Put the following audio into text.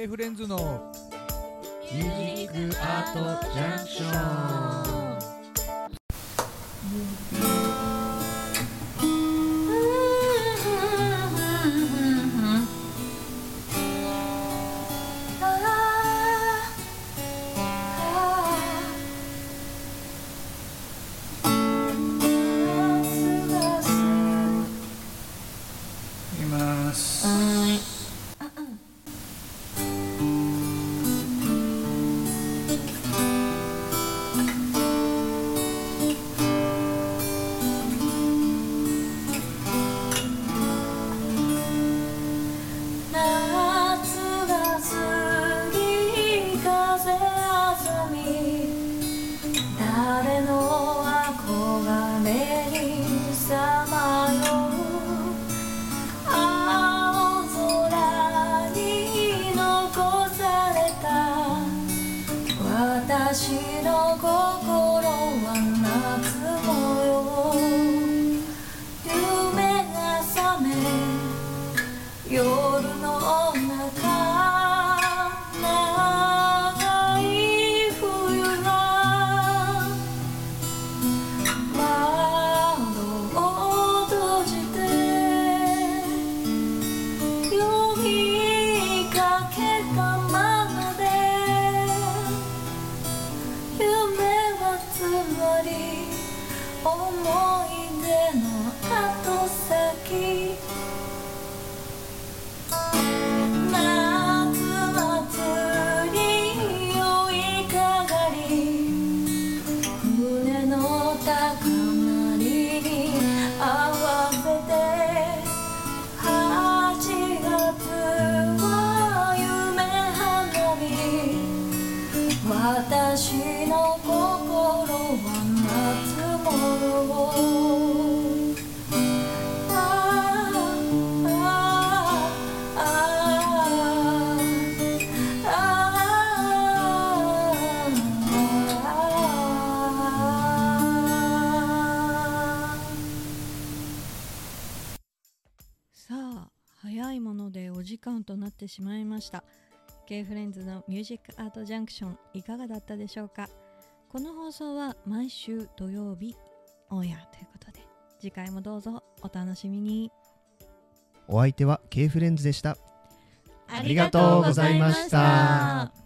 K フレンズのミュージックアートジャンクション。 います。 私の心は夏模様、夢が覚め夜の中、長い冬が窓を閉じて呼びかけたままで、思い出の後先、夏祭り酔いかがり、船の高鳴りに合わせて、8月は夢花火、私の心は夏模様。 さあ、早いものでお時間となってしまいました。 K フレンズのミュージックアートジャンクション、いかがだったでしょうか。この放送は毎週土曜日オンエアということで、次回もどうぞお楽しみに。 お相手は K フレンズでした。 ありがとうございました。